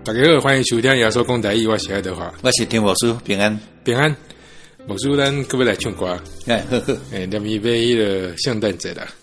大家好，欢迎收听耶稣讲台语，我是爱德华， 我是听牧师平安。 平安。牧师，咱各位来唱歌， 好好， 念预备迄个圣诞节啦。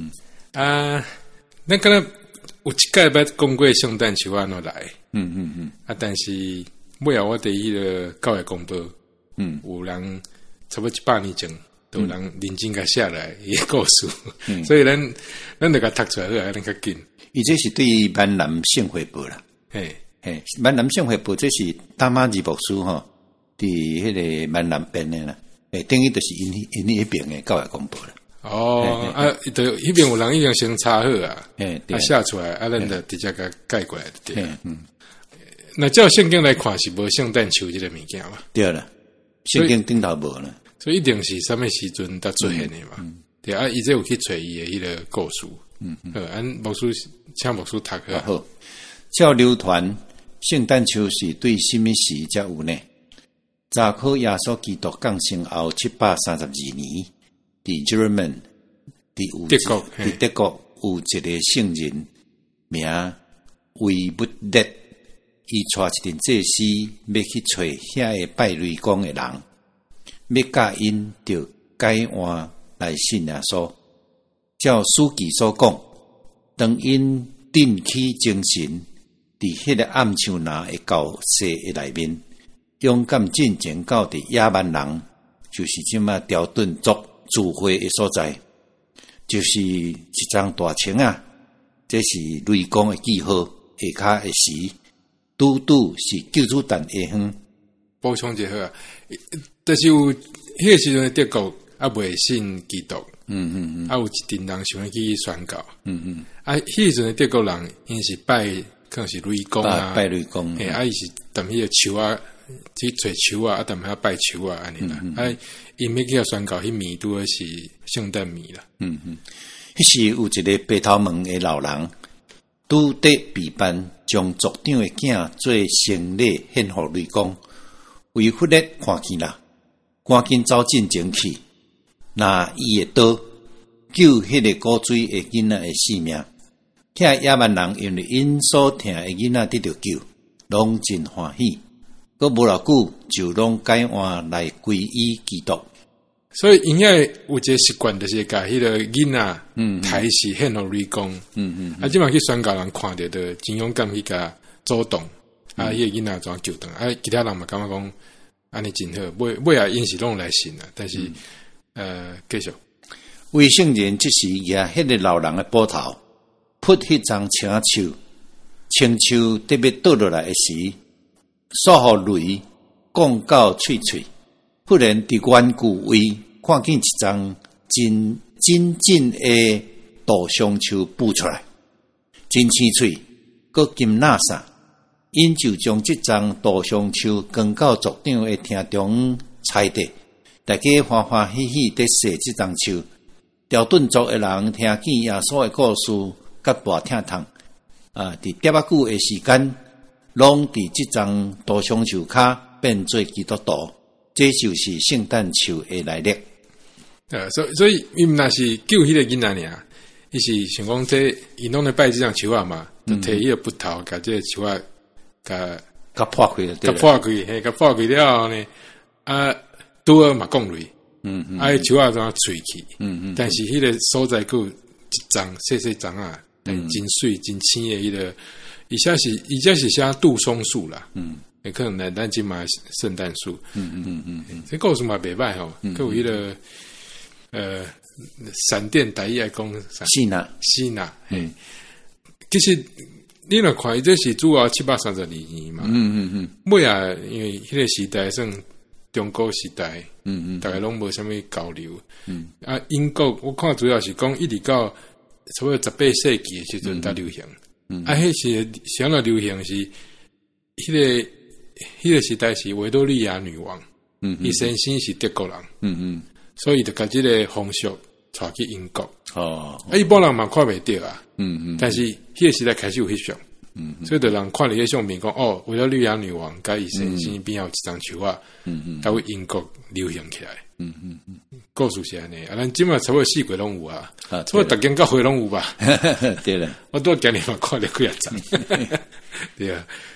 咱可能有一届捌讲过圣诞树安怎来，但是尾后我伫迄个教会公布，有人差不多100年前，都有人认真甲写来伊个故事，所以咱就甲读出来，咱较紧。 伊这是对闽南圣会报啦，闽南圣会报这是大马字牧师吼，伫迄个闽南边的啦，等于就是因迄边的教会公布啦。 就迄边有人已经先查好啊，写出来，咱就直接甲改过来对。那照圣经来看是无圣诞树这个物件嘛？对啦，圣经顶头无啦， 所以一定是什么时阵才出现的嘛？对啊，伊这有去找伊的迄个故事。牧师请牧师读啊。好， 照流传，圣诞树是对什么时才有呢？查考耶稣基督降生后732年，伫 German 伫德国有一个圣人名维布勒，伊带一阵祭司要去找遐个拜雷公的人，要教因着改换来信耶稣。照书记所讲，当因振起精神，伫迄个暗树林的教室的内面，勇敢进前到伫野蛮人，就是即马条顿族聚会的所在，就是一张大青啊，这是雷公的记号，下骹的时，拄是救主诞下远。 补充一下啊，就是有迄个时阵的德国啊，未信基督。有一群人想要去宣教。迄阵的德国人，因是拜可能是雷公啊， 拜雷公。 伊是踮迄个树啊，去找树啊，踮遐拜树啊，安尼啦。因要去宣教，迄暝拄是圣诞暝啦。 迄时有一个白头毛的老人，拄得备办将族长的囝做生礼献互雷公，为忽略看见啦，赶紧走进前去。拿伊的刀救迄个古水的囡仔的性命，遐野蛮人因为因所疼的囡仔得到救，拢真欢喜。佫无偌久就拢改换来皈依基督。 所以因遐有一个习惯，就是甲迄个囡仔抬起献互雷公。即马去宣教人看着的真勇敢去甲主动，迄个囡仔怎救回？其他人嘛感觉讲安尼真好，尾啊因是拢来信啊，但是。继续。 为圣人即时举迄个老人的膊头，扑迄张青树特别倒落来的时，煞互雷降到喙，忽然伫远距位看见一张真紧的大橡树浮出来，真青翠，佮金纳啥，因就将即张大橡树扛到族长的厅中踩地。大家欢欢喜喜地说这张树，条顿族的人听见耶稣的故事，甲大听痛伫点仔久的时间，拢伫这张大橡树骹变做基督徒，这就是圣诞树的来历。 所以伊毋若是救迄个囡仔尔，伊是想讲这伊拢咧拜这张树啊嘛，就摕迄个骨头甲这个树啊，甲破开了， 甲破开了后呢，拄好嘛讲雷，树啊怎吹去，但是迄个所在佫一丛细丛啊，真水真青的迄个，伊这是写杜松树啦，也可能咱即嘛圣诞树，这故事嘛袂歹吼，佫有迄个闪电台语爱讲是呐，其实你若看伊这是主要732年嘛，尾啊，因为迄个时代算。中国时代，大概拢无啥物交流。英国我看主要是讲一直到差不多18世纪的时阵才流行。迄时啥个流行是迄个时代是维多利亚女王，伊先生是德国人，所以就甲即个风俗带去英国。一般人嘛看袂到啊，但是迄个时代开始有翕相。所以就人看了迄相片讲维多利亚女王甲伊先生边有一张树啊，才会英国流行起来。故事是安尼，咱即马差不多4月拢有啊，差不多逐间教会拢有吧。 对了， 我拄今日嘛看了几啊张。对啊，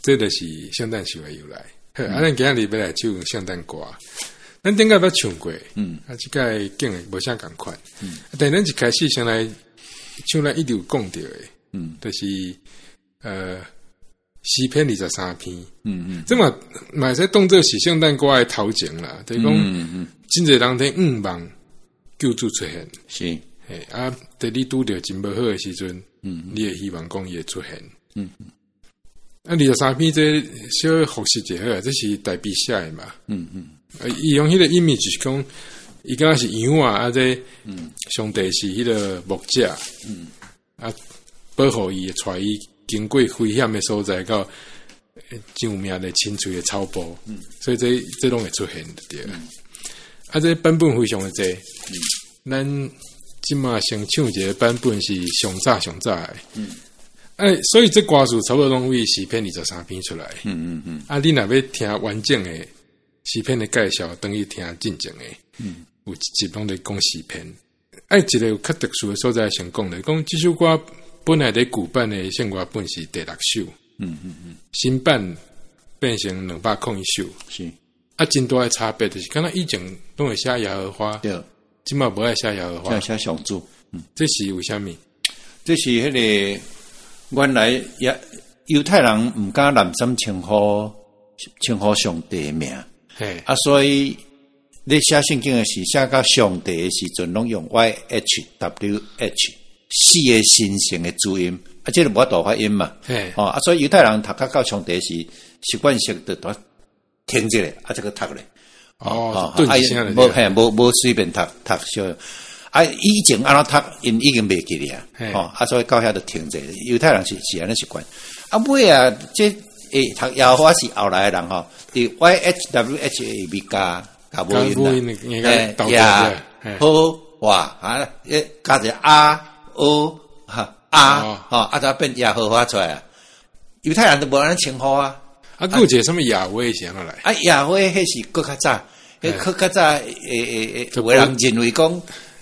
这就是圣诞树的由来。好，咱今日要来唱圣诞歌。咱顶个捌唱过，即个景诶无啥共款，但咱一开始先来唱咱一直有讲到诶，就是诗篇23篇，这嘛使当作是圣诞歌诶头前啦，就是讲，真侪人伫望救主出现， 是， 啊，伫你拄着真无好诶时阵，你会希望讲伊会出现，23篇这小复习一下，这是大笔写诶嘛，伊用迄个意味就是讲，伊敢若是羊啊，这上帝是迄个牧者，啊，保护伊，带伊经过危险的所在，到真有名的清脆的草坡，所以这拢会出现对啦。啊，这版本非常的多，咱即马先唱一个版本是上早的，所以这歌词差不多拢为诗篇23篇出来，啊，你若要听完整的。诗篇的介绍，等于听真正的，有一集拢在讲诗篇。一个有较特殊的所在，先讲的，讲这首歌本来在古版的圣歌本是第6首，新版变成201首，是真大的差别，就是敢若以前拢会写耶和华，对，即马无爱写耶和华， 写上主， 这是为虾米？ 这是迄个原来犹太人毋敢滥心称呼上帝的名。所以你写圣经的时，写到上帝的时阵，拢用 YHWH 4个神圣的字音，这个无法度发音嘛。所以犹太人读到上帝时，习惯性就停一下，这个读咧。无随便读小。以前安怎读，因已经袂记咧。所以到遐就停一下。犹太人是安尼习惯。尾这。读耶和华是后来的人吼，伫 YHWH 未加无音啦，耶和华加一才变耶和华出来啊。犹太人都无安尼称呼啊。 还有一个什么亚威是安怎来？ 亚威迄是搁较早，较早有人认为讲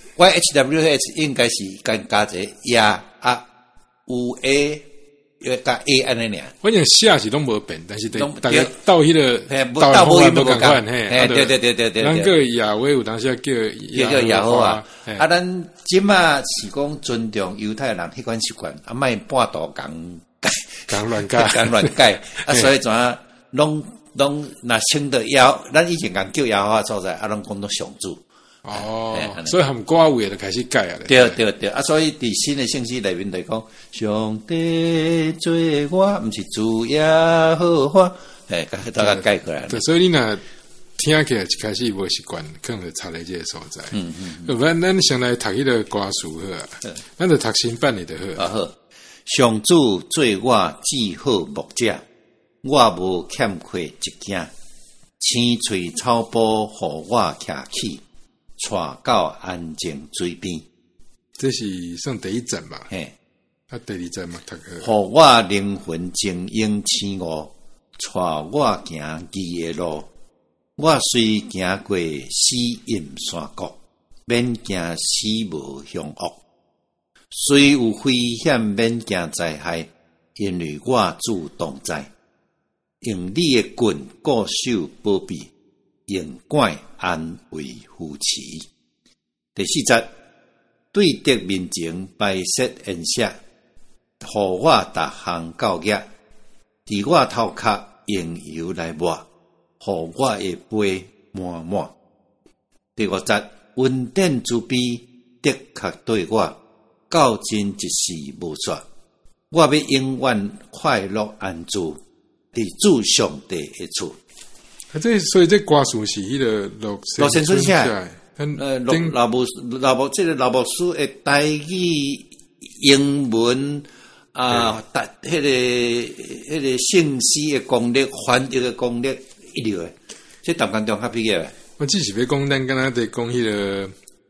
YHWH 应该是加一亚有 A。加 A 安尼尔， 反正写是拢无变，但是大家到迄个到无音无共款， 对， 咱个亚威有当时叫耶和华，咱即马是讲尊重犹太人迄款习惯，莫半途讲乱改， 所以怎拢若称到咱以前讲叫耶和华所在，拢讲到上主。 所以含歌位就开始改啊。 对，所以伫新的信息里面来讲，上帝做我，毋是主耶和华，大家改过来。 所以你若听起来一开始无习惯，可能就插在这个所在。咱先来读迄个歌词好啊，咱就读新版的就好。 好，上主做我至好牧者，我无欠缺一件，青翠草坡互我徛起。带到安静水边， 这是算第一站嘛？第二站嘛，读互我灵魂静应醒悟，带我行义的路。我虽行过死荫山谷，免惊死无凶恶；虽有危险，免惊灾害，因为我主同在。用你的棍固守保庇。用管安慰扶持。第4节，对敌面前摆设宴席，互我逐项教业，伫我头壳用油来抹，互我的杯满满。第5节，恩典慈悲的确对我，到真一时无绝。我要永远快乐安住，伫主上帝的厝。 所以这歌词是迄个陆先生写的。 老牧这个老牧师的台语、英文迄个信息的功力、翻译的功力一流的，这淡江中较毕业的。 我只是要讲，咱刚才在讲迄个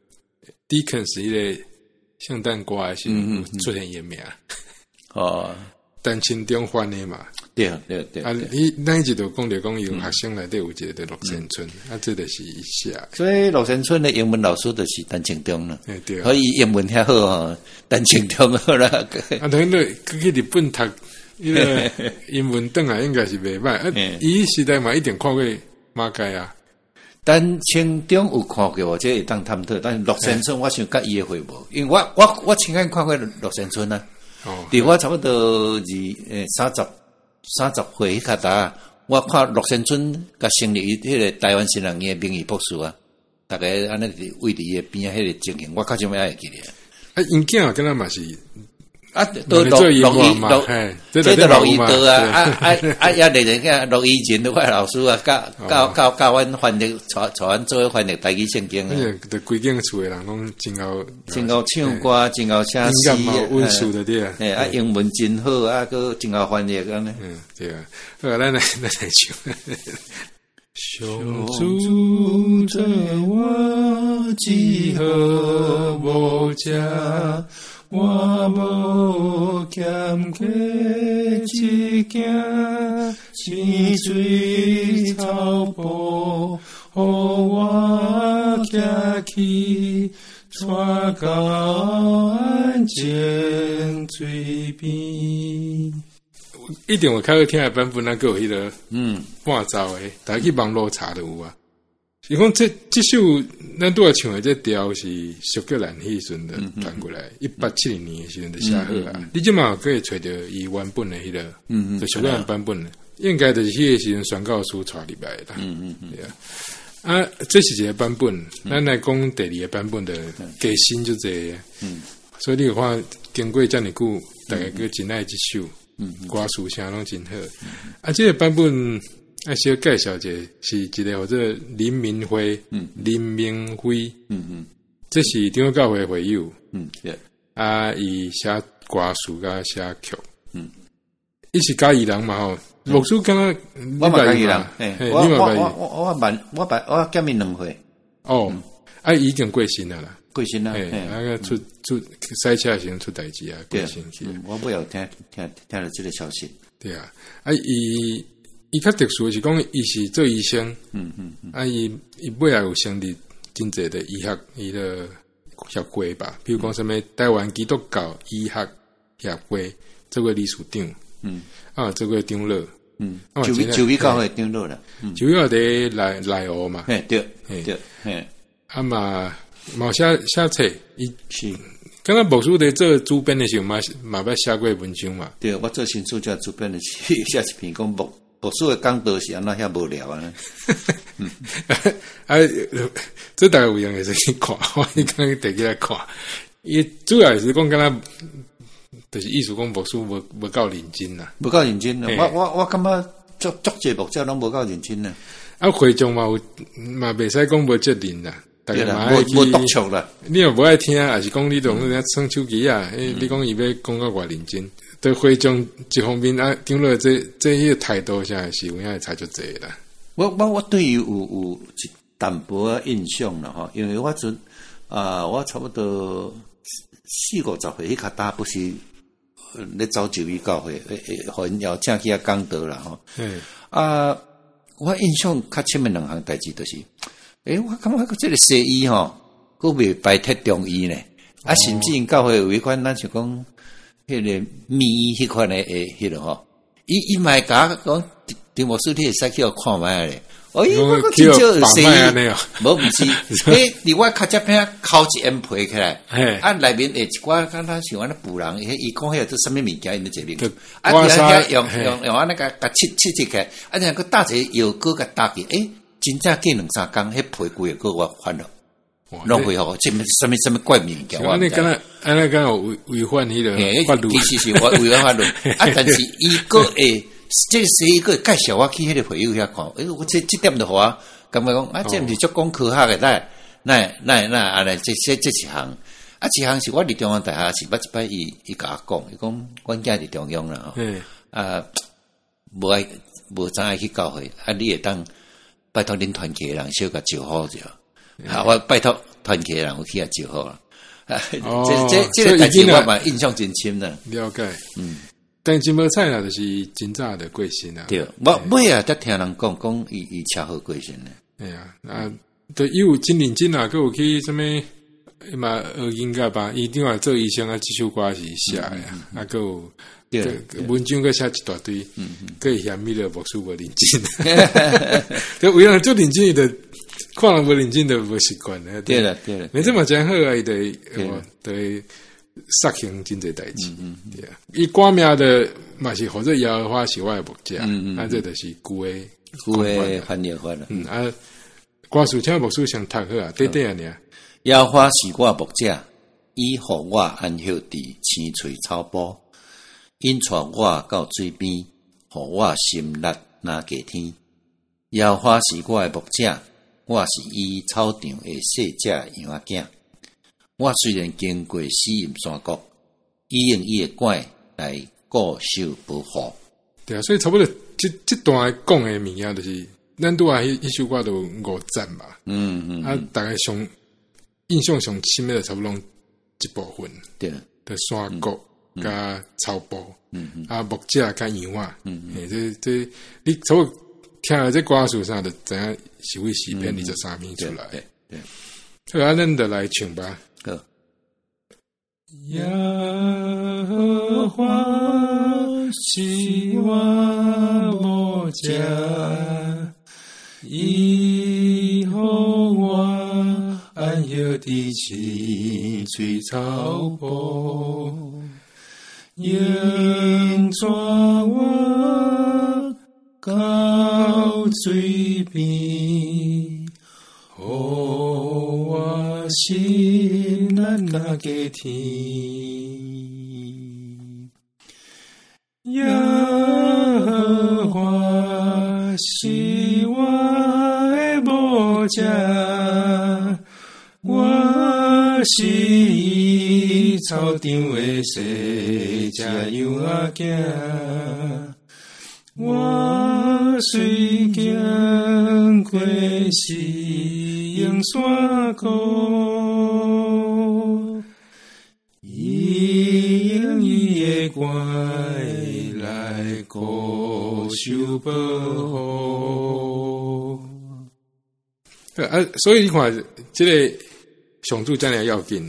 Dickens 迄个圣诞歌的时候出现伊名。但清中翻的嘛， 对。 咱一直都讲着讲，有学生内底有一个叫陆先村，这就是一下。 所以陆先村的英文老师就是陈清中了，对，所以英文遐好吼，陈清中好啦。 等于去日本读伊个英文转来应该是袂歹，伊时代嘛一定看过马街啊。 但清中有看过我这会当探讨，但是陆先村我想甲伊诶会无，因为我亲眼看过陆先村啊。伫我差不多30岁迄搭，我看陆先村甲成立迄个台湾新人医名誉博士啊，大概安尼伫位伫伊边仔迄个情形，我较少会记咧。 啊，因囝敢若嘛是。 啊，都录音，这都录音刀啊！也连个录音前都快老师啊，教阮翻译，带阮做翻译台语圣经啊。 对，规间厝诶人拢真好唱歌，真好写诗， 温书的对啊。 啊，英文真好啊，个真好翻译安尼。 对啊。好，咱来唱。上主这我只好无食。我无欠缺一件清水草布，予我徛起，带到安静水边。一定有较好听的版本，那个有迄个半奏的，大家去网络查就有啊。是讲这首咱拄仔唱的这调是苏格兰迄阵的传过来，1870年的时阵就写好啊。你即马可以找到伊原本的迄个，就苏格兰版本的，应该就是迄个时阵宣告书传入来的。对啊。啊，这是一个版本，咱来讲第二个版本的加新就这。所以你有看经过这么久，大家个真爱这首，歌词声拢真好。啊，这个版本。小介绍者是一个或者林明辉，林明辉，这是中央教会会友，伊写歌词甲写曲，伊是嘉义人嘛吼，牧师敢若我嘛嘉义人，我见面2回， 已经过身啦，个出赛车时出代志啊，过身去， 我不要听了这个消息， 对啊，伊较特殊是讲，伊是做医生，伊尾也有成立真侪的医学伊的协会吧，比如讲什么台湾基督教医学协会做过理事长，做过长老， 就医教会长老啦， 就医伫内湖嘛， 对， 嘛写册，伊是，刚刚牧师伫做主编的时候嘛捌写过文章嘛， 对，我做新书叫主编的写一篇讲牧师的讲道是安那遐无聊啊！ 这大家有闲会使去看，我刚刚摕起来看。伊主要是讲，敢若就是意思讲，牧师无够认真啦， 无够认真啦。我感觉足节目者拢无够认真啦。 会众嘛袂使讲无责任啦，大家嘛爱去无督促啦。 你若无爱听，还是讲你同人家耍手机啊？你讲伊要讲到偌认真。对会众一方面长老这迄个态度上是有影差就济啦。 我对于有一淡薄的印象啦吼，因为我我差不多40-50岁迄较大不是咧走就医教会，互因要请去讲道啦吼。我印象较深的2项代志就是，我感觉这个西医吼，佫未摆脱中医呢，甚至因教会有一款咱就讲。迄个秘医迄款诶，迄个吼，伊嘛会甲讲，丁牧师你会使去互看卖咧。我真少有西医，无毋是，伫我脚趾边抠一烟皮起来，内面会一寡敢若像安尼布人，伊讲迄个做啥物物件，因咧这边，用安尼甲切起来，然后搭一个药膏甲搭起，真正过2-3工，迄皮规个我翻了。拢会吼，这什么怪物件？ 安尼敢若违反迄个法律， 其实是我违反法律。但是伊个这是一个介绍我去迄个会友遐看，我这点就互我感觉讲这毋是足讲科学的，那安尼这一项，一项是我伫中央大学是捌一摆伊甲我讲，伊讲阮囝伫中央啦无怎爱去教会，你会当拜托恁团契的人小甲招好者。我拜托团契的人有去招好啦。这个代志我嘛印象真深啦。 了解，但真无彩啦，就是真早的过身啦。 对，我尾啊，才听人讲伊车祸过身咧。 对啊，对，伊有真认真啊，佮有去什么嘛学音乐吧，伊另外做医生啊，这首歌是写的啊，啊个有文章个写一大堆，个嫌米勒牧师无认真，就为了做认真的，看人无认真的无习惯的。 对了， 没这么真好啊，伊对实行真侪代志，对啊，伊歌名的嘛是或者耶和华是我的牧者，啊这就是旧的翻译法了， 啊，歌词请牧师先读好啊，对啊呢。 耶和华是我牧者，伊互我安歇伫青翠草坡，引带我到水边，互我心力若加天。耶和华是我的牧者，我是伊草场的细只羊仔囝。我虽然经过死荫山谷，伊用伊的管来固守保护。 对啊，所以差不多这段讲的物件，就是咱拄啊迄首歌都5赞嘛，啊，大概上印象上深的差不多一部分， 对， 的山谷加草坡，啊，牧者加羊仔，这你差不多听了这歌词上就知影是为诗篇23篇出来， 对， 好啊，咱就来唱吧。耶和华是我牧者，伊互我安歇伫青翠草坡，引带我到水边，互我心力若加添。耶和华是我的牧者，我是伊草场的细只羊仔囝。我虽经过死荫山谷，伊用伊的管来固守保护。所以你看，这个上主真的要紧。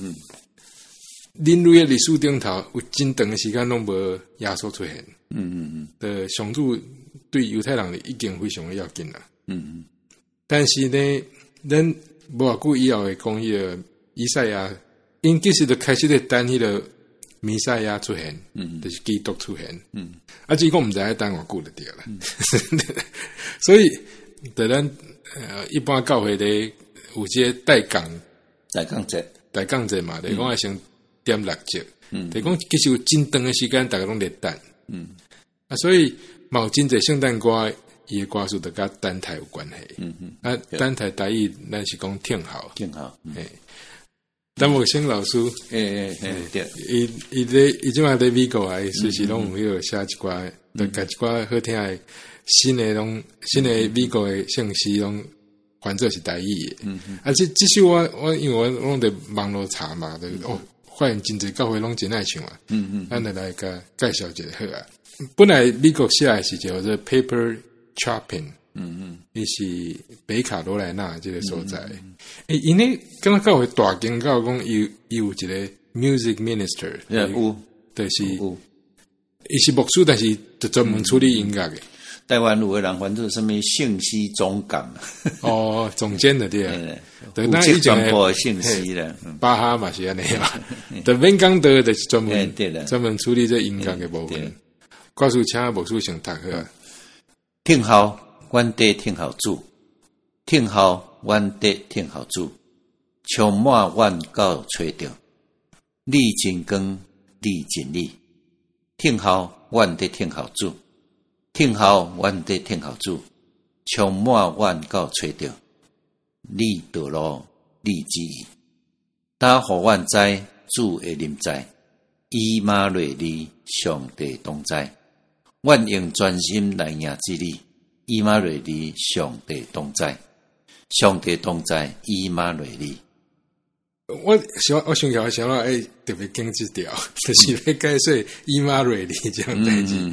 人类的历史顶头有真长的时间拢无耶稣出现。的上主对犹太人已经非常的要紧啦。但是呢，咱无偌久以后会讲迄个以赛亚，因其实就开始咧等迄个弥赛亚出现，就是基督出现。啊，只讲毋知影等偌久就对啦。所以，在咱一般教会咧有些代讲节嘛，就讲先点6节，就讲其实有真长的时间，大家拢咧等。所以有真侪圣诞歌，伊的歌词就甲等待有关系。等待台语咱是讲听候。但木星老师， 对， 伊即马在美国啊，随时拢有迄个写一寡，就甲一寡好听的新的美国的信息拢反正是台语的。这首我因为我拢在网络查嘛，就发现真侪教会拢真爱唱啊。咱就来甲介绍一下好啊。本来美国写的是叫做 Paper Chopping，伊是北卡罗来纳这个所在。因为刚刚教会大经教讲，伊有一个 music minister， 有， 就是伊是牧师，但是就专门处理音乐的。 台湾有个人反正什么信息总监， 总监的对啊， 对，那一传播信息了。 巴哈嘛是安尼啊，对，免讲到就是专门处理这音乐的部分。告诉请牧师先读好。 听候，阮得听候主，听候，阮得听候主，充满阮到吹着，你真光，你真理。听候，阮得听候主，听候，阮得听候主，充满阮到吹着，你道路，你旨意。打互阮知主的临在，以马内利，上帝同在。阮用专心来赢之理，以马内利，上帝同在，上帝同在，以马内利。 我想起来想到特别经这条，就是要解释以马内利这样代志。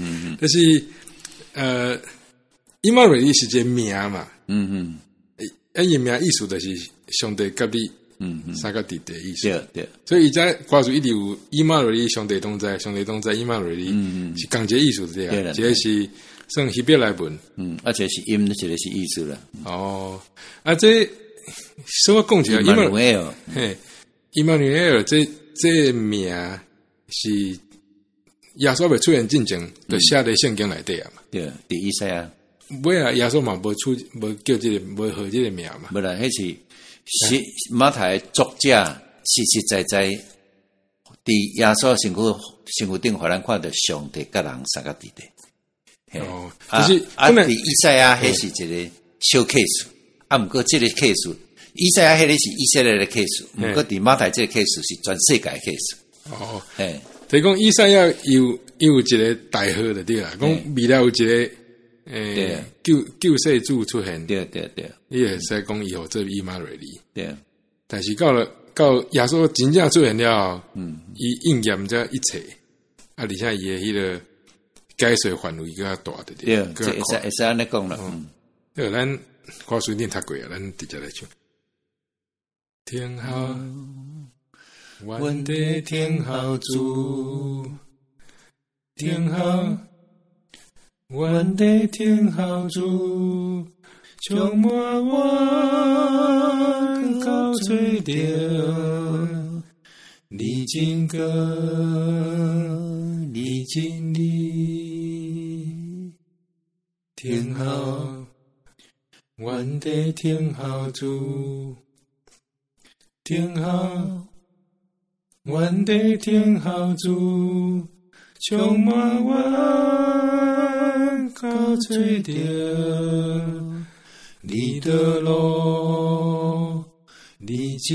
就是以马内利是一个名嘛，伊名意思就是上帝甲你三个弟弟意思。 对， 所以伊在歌词一直有伊玛瑞里兄弟同在，兄弟同在伊玛瑞里，是共一个意思这样，这个是算希伯来文， 而且是音，这个是意思了。 哦，啊，这所我讲起来，伊玛努尔， 嘿，伊玛努尔这名是耶稣未出现之前就写在圣经内底啊嘛。 对，第一赛啊， 尾啊耶稣嘛无叫这个无号这个名嘛。 无啦，迄是马太作者实实在在伫耶稣身躯顶，互咱看到上帝甲人三个弟弟。 哦，就是伫以赛亚迄是一个小 case，毋过这个 case， 以赛亚迄个是以色列的 case， 毋过伫马太这个 case 是全世界的 case。哦，嘿， 所以讲以赛亚有一个大号就对啦，讲未来有一个救世主出现。 对， 伊会使讲以后做以马内利。 对， 但是到耶稣真正出现了，伊应验这一切，而且伊的迄个解释范围更较大的。 对，这会使安尼讲啦。 对，咱歌词念读过啊，咱直接来唱。天后，阮的天后主，天后，阮的天后主，充满我到最着，你真高，你真理，天后，阮的天后主，天后，阮的天后主，充满我到最着，你的路，你指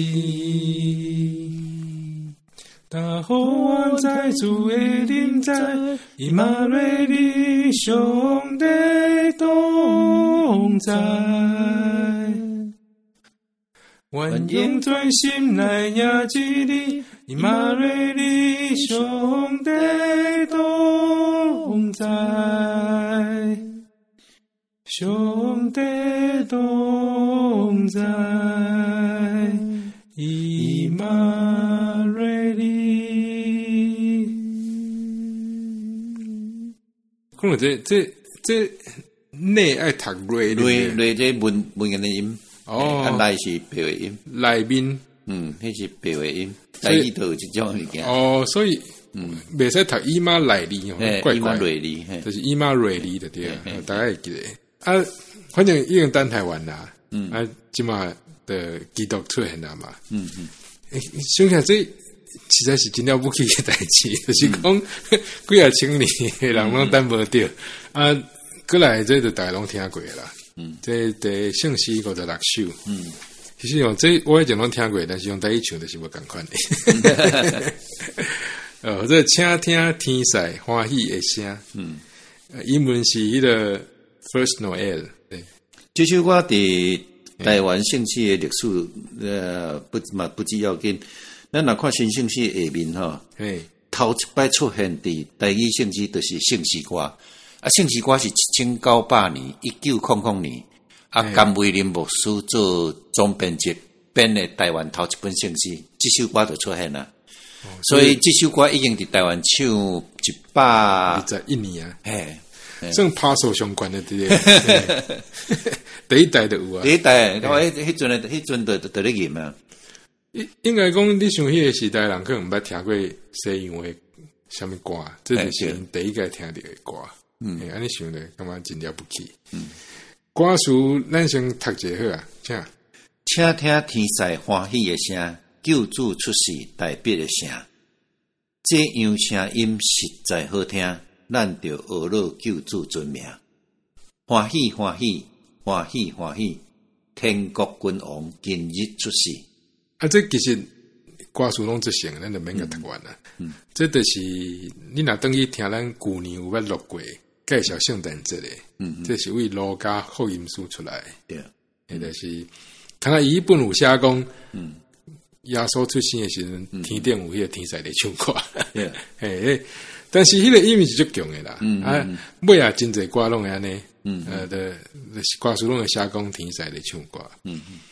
引，但好我在主的临在，以马内利上帝同在。愿用全心来迎接你，以马内利上帝同在，上帝同在，以马内利。可能这内爱读瑞这文言的音。哦，内是白话音， 内面， 迄是白话音，台语都有这种物件。 哦，所以，袂使读以马内利哦，怪以马内利， 就是以马内利的对啊，大概会记得。啊，反正已经等台湾啦，啊，即马的基督出现啦嘛，想想这实在是真了不起的代志，就是讲几啊千年的人拢等无着，啊，过来这就大家拢听过啦。这第圣诗56首，其实用这我以前拢听过，但是用台语唱就是无共款的。这请听天使欢喜的声，英文是迄个 First Noel。对， 这首歌伫台湾圣诗的历史，不只要紧。咱若看新圣诗下面吼，头一摆出现伫台语圣诗就是圣诗歌。圣诗歌是1900年1900年，甘威廉牧师做总编辑编的台湾头一本圣诗，这首歌就出现了。所以这首歌已经伫台湾唱121 年啊，算拍手相关的对不对？第一代就有啊， 第一代，迄阵就咧吟啊。 应该讲，你像迄个时代人可能毋捌听过西洋的什么歌，这就是第一个听到的歌。安尼想咧，感觉真了不起。歌词咱先读一下好啊， 请听天使欢喜的声，救主出世代表的声。这样声音实在好听，咱就学了救主尊名。欢喜欢喜欢喜欢喜，天国君王今日出世。 这其实歌词拢一成，咱就免甲读完啦。这就是你若等于听咱旧年有捌录过。介绍圣诞节的，这是为路加福音书出来，对，就是看来伊本有写讲，耶稣出生的时阵，天顶有迄个天使咧唱歌，但是迄个意味是足强的啦，尾啊真侪歌拢会安尼，的歌词拢会写讲天使咧唱歌，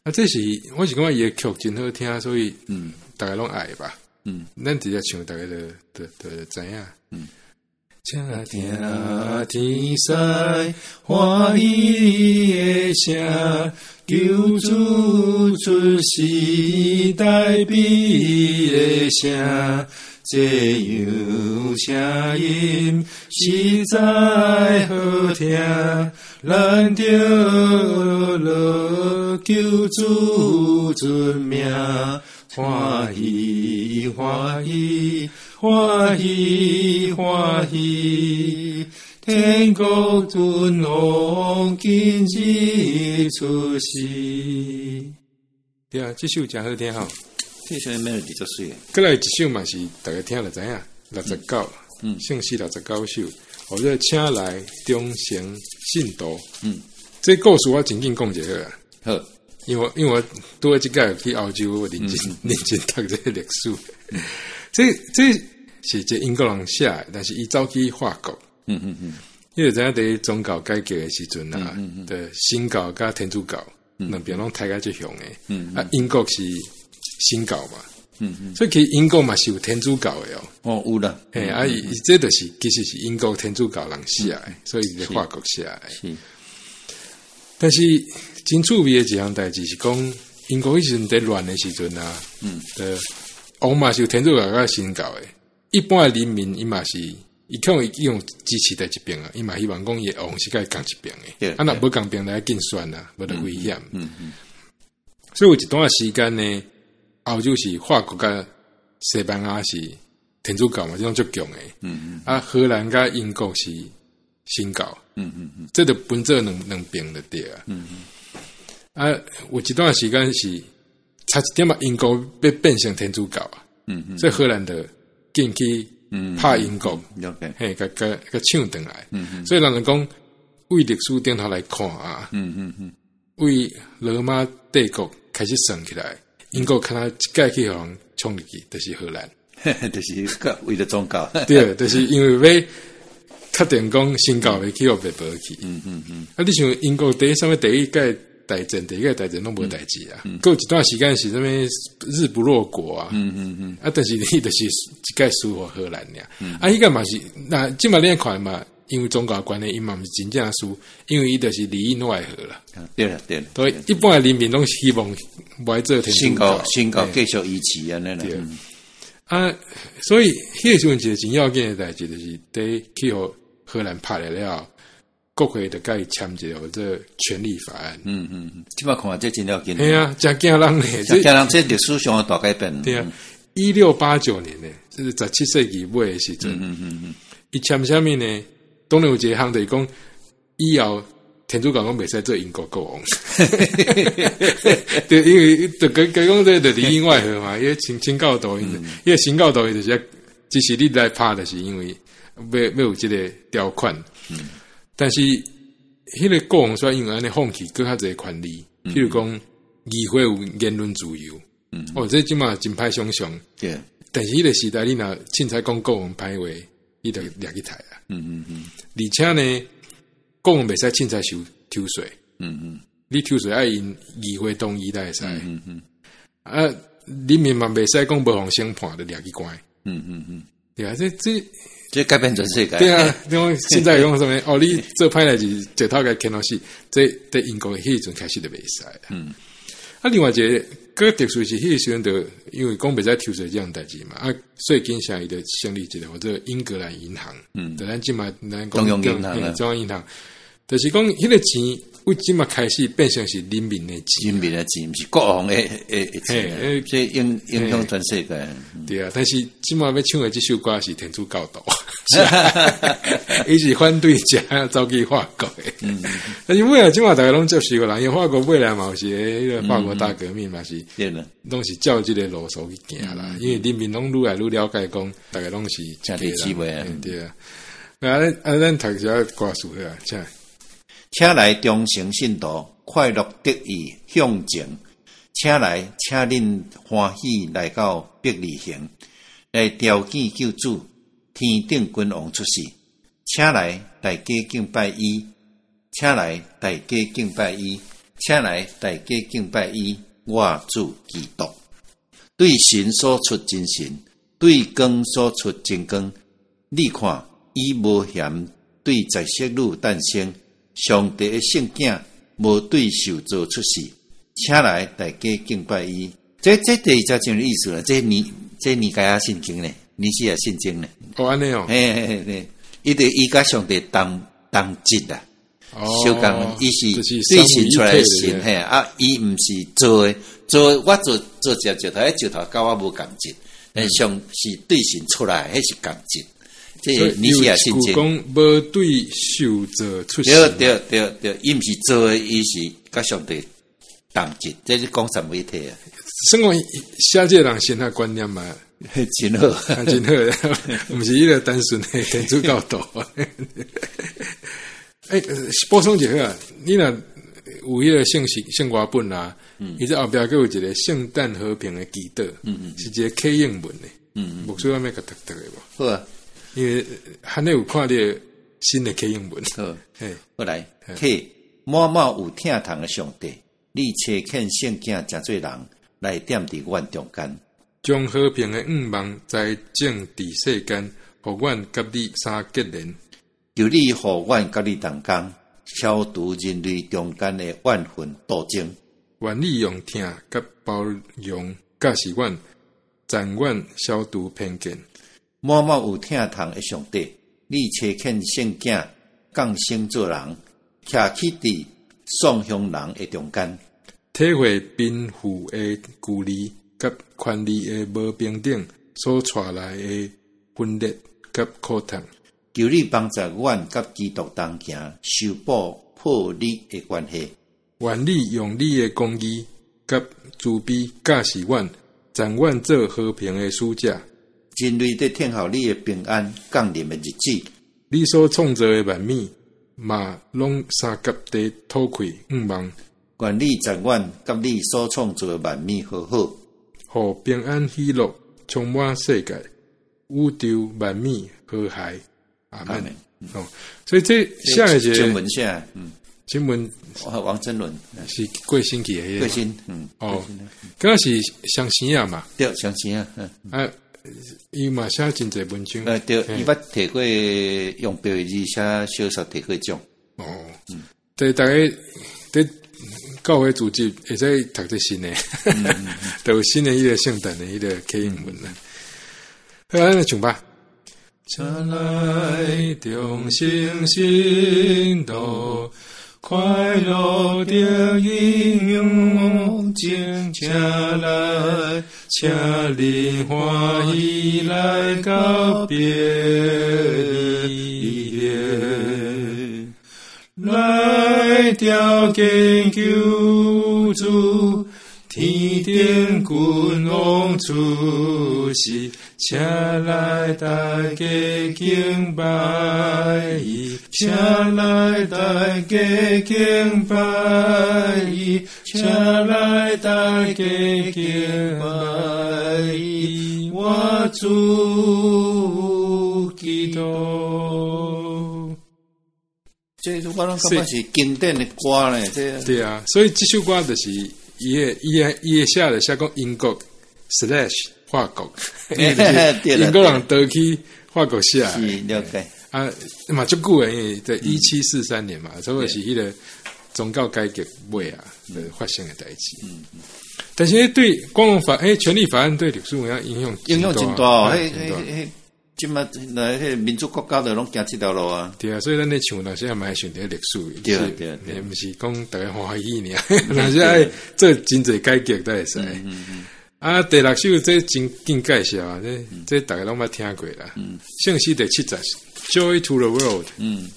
这是我是感觉伊的曲真好听，所以大家拢爱吧。咱直接唱，大家就知影。请听天师欢喜的声，救主出世代悲的声。这样声音实在好听，咱着落救主尊名，欢喜欢喜欢喜欢喜，天国尊王今日出世。对啊，这首真好听吼。 这首 melody 足水。 过来一首嘛是大家听了知影，69，姓氏69首，或者请来忠诚信徒。这故事我真紧讲一下啊。 好， 因为我拄即个去澳洲，我认真读这个历史。这是一个英国人写的，但是伊走去法国。因为知影伫宗教改革的时阵啊，的新教甲天主教两边拢抬到最凶的。英国是新教嘛，所以其实英国嘛是有天主教的哦，有啦， 这就是其实是英国天主教人写的，所以是法国写的。是，但是真趣味的一项代志是讲，英国迄时阵在乱的时阵啊，王嘛是有天主教甲新教的，一般的人民伊嘛是，伊可能用支持在一边啊，伊嘛希望讲伊王是甲伊共一边的，若无共边来竞选啊，无得危险。所以有一段时间呢。澳洲是法国甲西班牙是天主教嘛，这种最强的。荷兰甲英国是新教。这就分做两边的对啊。有一段时间是差一点嘛，英国要变成天主教啊。所以荷兰的进去拍英国，嘿，甲抢回来。所以人讲为历史顶头来看啊，为罗马帝国开始算起来。英国看他一届去互人冲入去，就是荷兰， 就是为了宗教， 对，就是因为要确定讲新教会去互被保去。你像英国第一届大战，第一届大战拢无代志啊。过一段时间是什么日不落国啊，但是你就是一届输互荷兰俩。迄个嘛是，那即嘛你看嘛。因为宗教关系，伊嘛毋是真正输，因为伊就是里应外合啦。 对啦。 所以一般的人民拢希望来做天主教， 新教继续维持安尼啦。 所以迄个时阵一个真要紧的代志，就是伫去互荷兰拍了，国会就甲伊签一个这权利法案。 即摆看这真要紧。 系啊，真惊人嘞！ 真惊人，这历史上的大改变。 对啊，1689年呢，就是17世纪尾的时阵。伊签啥物呢？当然有一个项就是讲，以后天主教讲袂使做英国国王，对，因为就讲这就里应外合嘛，因为新教导，因为新教导就是只是你来拍，就是因为要有这个条款，但是迄个国王说因为安尼放弃更较侪权利，譬如讲议会有言论自由，这即嘛真歹想象，对，但是迄个时代你若凊彩讲国王歹话。伊就掠去台啊，而且呢，国王袂使凊彩收抽税，你抽税爱因议会同意才会使，人民嘛袂使讲无互审判就掠去关，对啊， 这改变全世界， 对啊，因为现在用什么？你做歹代志，一头家牵到死，这在英国迄阵开始就袂使啊。另外一个更特殊是，迄个时阵就因为讲袂使抽税这样代志嘛，税金下伊就成立一个或者英格兰银行，就咱即嘛咱中央银行， 中央银行，就是讲迄个钱。为即嘛开始变成是人民的钱， 人民的钱，不是国王的钱，这影响全世界。 对啊，但是即嘛要唱的这首歌是天主教导，伊是反对者走去法国的。但是尾啊，即嘛大家拢接受个人，因为法国未来嘛是迄个法国大革命嘛是，拢是照即个路数去行啦。因为人民拢愈来愈了解讲，大家拢是真理智慧啊。 对啊，咱读一下歌词啊，请。 请来忠诚信徒，快乐得意向前。请恁欢喜来到伯利恒，来朝见救主，天顶君王出世。请来大家敬拜伊，请来大家敬拜伊， 请来大家敬拜伊，我主基督。对神所出真神，对光所出真光。你看，伊无嫌对在色女诞生，上帝的圣囝无对受造出世，请来大家敬拜伊。这第二则经的意思啦，这尼迦亚圣经呢，尼西亚圣经呢。 哦，安尼哦， 嘿，伊甲上帝同节啦。小讲伊是对神出来的神，嘿啊，伊毋是做我做石头，迄石头甲我无共节，但上是对神出来，迄是共节。这尼西亚圣经讲无对受造出世， 对，伊毋是做的，伊是甲上帝同节，这是讲三位一体啊。 生活写这人先他观念嘛， 真好， 真好，毋是一个单纯的天主教徒。补充一下，你若有迄个圣歌本啊，伊这后壁佫有一个圣诞和平的祈祷，是一个启应文的，牧师外面甲读的无？ 好啊， 因为汉内有看你的新的启应文， 好，好来，某某有疼痛的上帝，你切劝圣囝诚侪人来踮伫阮中间， 将和平的愿望在正伫世间，互阮甲你三结连。 求你互阮甲你同工，消除人类中间的怨恨斗争。 愿你用听甲包容教示阮，暂阮消除偏见。 某某有疼痛的上帝，你切劝圣囝降生做人，徛起伫双向人的中间， 体会贫富的距离甲权利的无平等所带来的分裂甲苦痛。 求你帮助阮甲基督同行，修补破裂的关系。 愿你用你的公义甲慈悲教示阮，暂阮做和平的使者。 人类在听候你的平安降临的日子， 你所创造的万米，嘛拢三甲地吐开愿望。 愿你暂阮甲你所创造的万米和好， 互平安喜乐充满世界，宇宙万米和谐。阿门。所以这下一节经文下， 经文王真伦是过星期的， 过星， 刚刚是相信啊嘛， 对，相信啊， 伊嘛写真侪文章， 对，伊捌摕过用标语写小说摕过奖， 对，大家对教会组织会使读这新的，都有新的一个圣诞的一个启应文啦，好，咱来唱吧。请来中心信道，快乐的应用请请来，请你欢喜来告别你，来条件救助。天顶君王出世，请来大家敬拜伊，请来大家敬拜伊，请来大家敬拜伊，我主基督。 这我拢感觉是经典的歌呢，这对啊，所以这首歌就是。伊写讲英国/法国，英国人倒去法国写， 是了解啊，嘛足久诶，因为在1743年嘛，所以是迄个宗教改革尾啊发生诶代志。但是对公共法权利法案对历史文化影响真大，即马来迄民主国家就拢行这条路啊。 对啊，所以咱咧唱那些也蛮选择历史， 对， 毋是讲大家欢喜尔，那是爱做真侪改革都会使。啊，第六首这真紧介绍啊，这大家拢捌听过啦。圣诗第70 ，Joy to the World。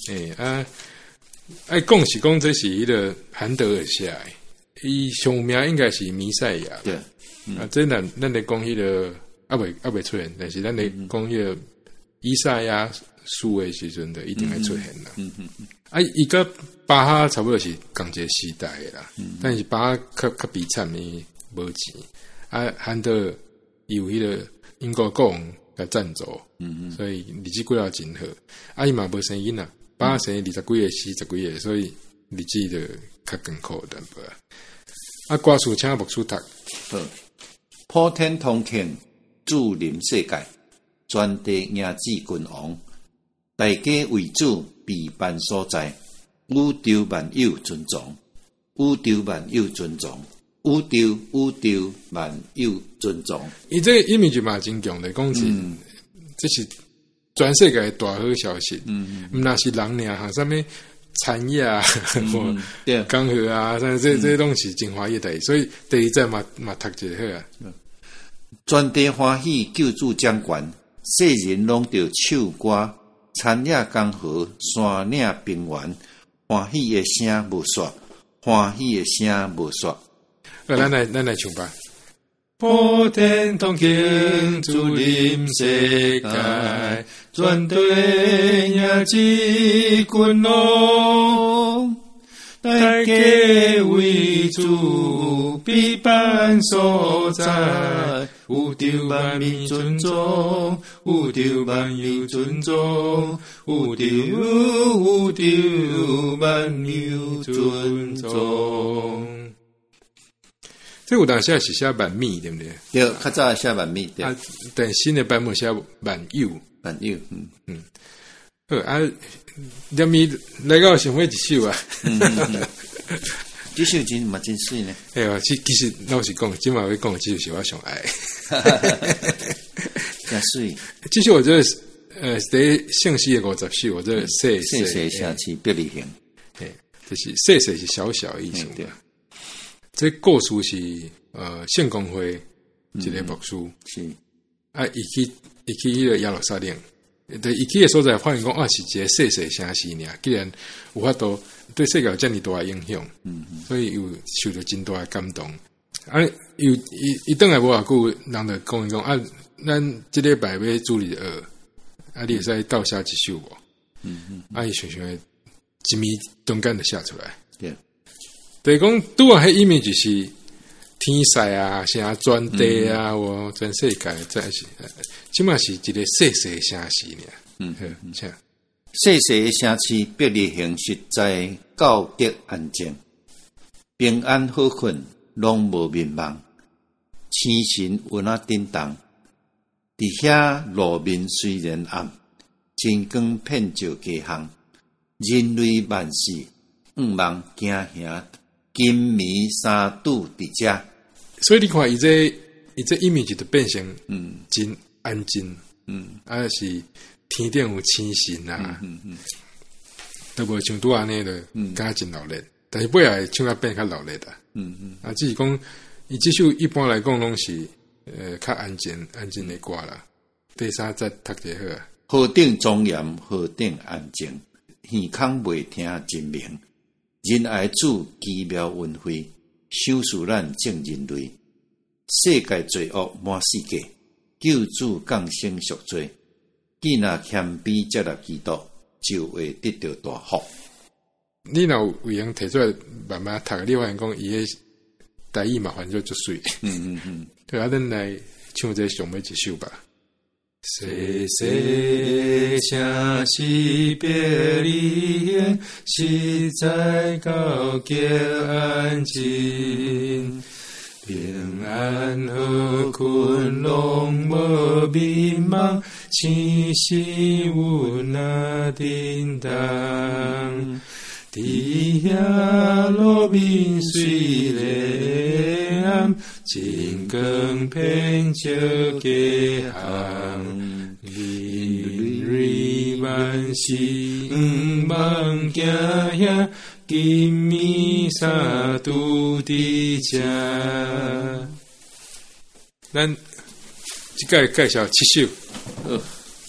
爱讲是讲这是迄个韩德尔写的，伊上名应该是弥赛亚。 对， 这咱咧讲迄个。未出现，但是咱咧讲迄个以赛亚书诶时阵的一定会出现啦。伊甲巴哈差不多是同一个时代诶啦，但是巴哈较悲惨伊无钱。韩德有迄个英国国王来赞助，所以日子过得真好。伊嘛无生囡仔，巴哈生20几个40几个，所以日子就较艰苦淡薄啊。啊，歌词请牧师读。 好，普天同庆，主临世界，全地迎子君王，大家为主备办所在，宇宙万有尊重，宇宙万有尊重，宇宙万有尊重。 伊这个image嘛真强的，讲是，这是全世界的大好消息。毋那是人尔，哈，啥物产业啊，或江河啊，这些东西真欢喜的，所以第一站嘛读一下好啊。 全地欢喜救主掌权，世人拢着唱歌，产业江河，山岭平原，欢喜的声无煞，欢喜的声无煞。 咱来唱吧。普天同庆，主临世界，全地迎子君王，大家为主备办所在，宇宙万民尊重，宇宙万有尊重，宇宙万有尊重。这有当时是写万米，对不对？ 对，较早写万米，对。 啊，但新的版本写万有，好啊，连咪来到想会一首啊， 这首真水呢。 哎呀，其实老实讲，今晚会讲这首是我上爱， 真水。 这首我觉得在姓氏的50首，我这细下去别离型， 就是细是小小的意思。这故事是圣公会一个牧师， 是啊，伊去迄个耶路撒冷，伊去的所在发现讲啊，是一个细城市尔，既然有法度对世界有这么大的影响，所以有受到真大的感动。啊，伊倒来无偌久，人就讲伊讲啊，咱这礼拜要主日学，啊，你会使倒写一首无？啊，伊想想一暝中间就写出来。就是讲，拄啊，迄image是天使啊，啥全地啊，全世界，这是，即码是一个细城市尔。 细的城市别离型实在教德安静，平安好困，拢无迷茫，星辰有那叮当，伫遐路面虽然暗，真光遍照街巷，人类万事毋茫惊吓。金迷三度伫遮， 所以你看，伊这 image 就变成真安静，啊是天顶有星星啊，都无像拄安尼的，敢真热烈，但是尾来唱啊变较热烈的，啊只是讲，伊这首一般来讲拢是较安静的歌啦。第三再读一下好啊。 河顶庄严，河顶安静，耳孔未听真明。仁爱主奇妙恩惠，收拾咱正人类。世界罪恶满世界，救主降生赎罪。既若谦卑接纳基督，就会得到大福。 你若有样提出来慢慢读，你发现讲伊个台语嘛，反正就水。对啊，咱来唱这上尾一首吧。细细城市别离型，实在高洁安静，平安和困拢无迷茫，星星有那叮当。伫遐路面虽然暗，真光遍照街巷，人类万事毋茫惊吓，金面纱拄伫遮。咱即个介绍7首，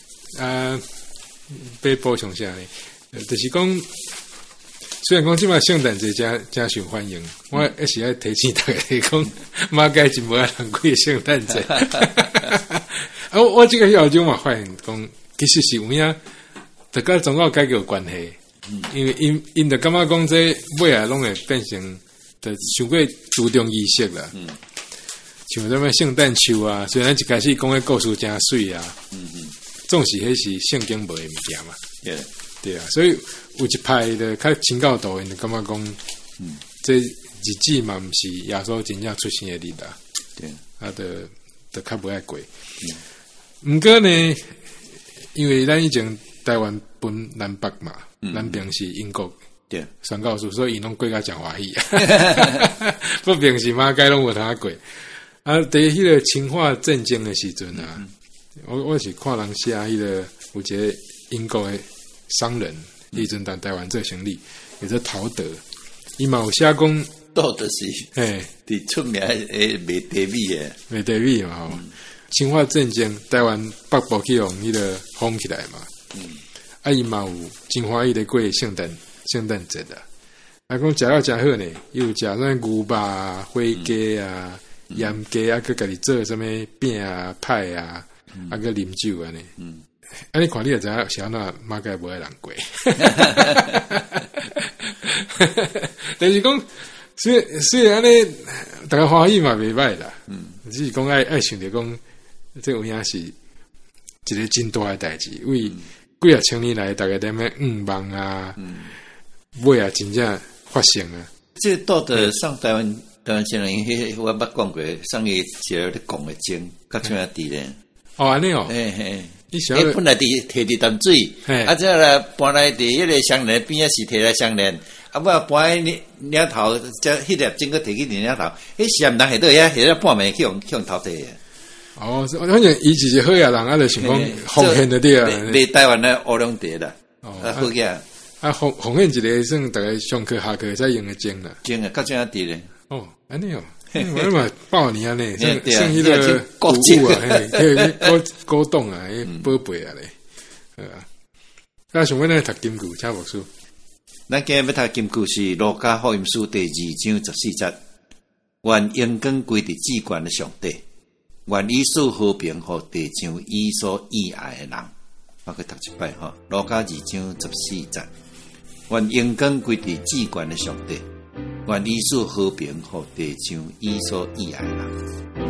要补充啥呢？就是讲。虽然讲即摆圣诞节真受欢迎，我一时爱提醒大家讲，马街真无人过圣诞节。我这个要求嘛发现讲，其实是有影，就甲宗教改革有关系。因为因就感觉讲这尾来拢会变成，就太过注重仪式啦。像什么圣诞树啊，虽然一开始讲的故事真水啊，总是迄是圣经无的物件嘛。 对啊，所以有一派的较清教徒因就感觉讲，这日子嘛，毋是耶稣真正出生的日啊， 对， 啊，就较不爱过。毋过呢，因为咱以前台湾分南北嘛，南边是英国对宣教士，所以伊拢过甲讲华语，北边是马街拢无通过。啊，伫迄个清化战争的时阵啊，我是看人写迄个有一个英国的商人，迄阵当台湾做生意，叫做陶德，伊嘛有写讲， 倒就是嘿，伫出名诶卖地米诶， 卖地米嘛吼。清化战争，台湾北部去用迄个封起来嘛，啊，伊嘛有真欢喜咧过圣诞节啊，啊，讲食了真好呢，又食啥牛肉啊、火鸡啊。盐鸡啊，佮家己做什么饼啊、派啊，啊，佮啉酒安尼。安尼看你就知影，是安那马街无爱人过。但是讲，虽然安尼，大家欢喜嘛袂歹啦。只是讲爱想着讲，这有影是一个真大诶代志，为几啊千年来，大家在那望啊，尾啊真正发生啊。 这到的上台湾。当然，现在我捌讲过，上一节咧讲的经，较像啊伫咧。 哦，安尼哦。 本来伫摕伫淡水，啊，这来搬来伫迄个双连边啊，是摕来双连，啊，我搬喺领头，即迄粒整个摕去领头，迄时毋通下倒遐，下了半暝去用头摕啊。 哦，反正伊就是好呀人，啊，就想讲奉献的对啊。 你台湾的乌龙茶啦，啊，好个。 啊，奉献一个算大概上课下课才用的精啦。 精啊，较像啊伫咧。 哦，安尼哦，我嘛报你安尼，像迄个古物啊，嘿，古董啊，宝贝啊咧，啊，想要咱读金句，请牧师。 咱今日要读金句是《路加福音书》第2章14节，愿荣光归伫至高的上帝，愿以赐和平互地上伊所喜爱的人。我去读一摆吼，《路加2章14节，愿荣光归伫至高的上帝。愿以赐和平，互地上伊所喜爱的人。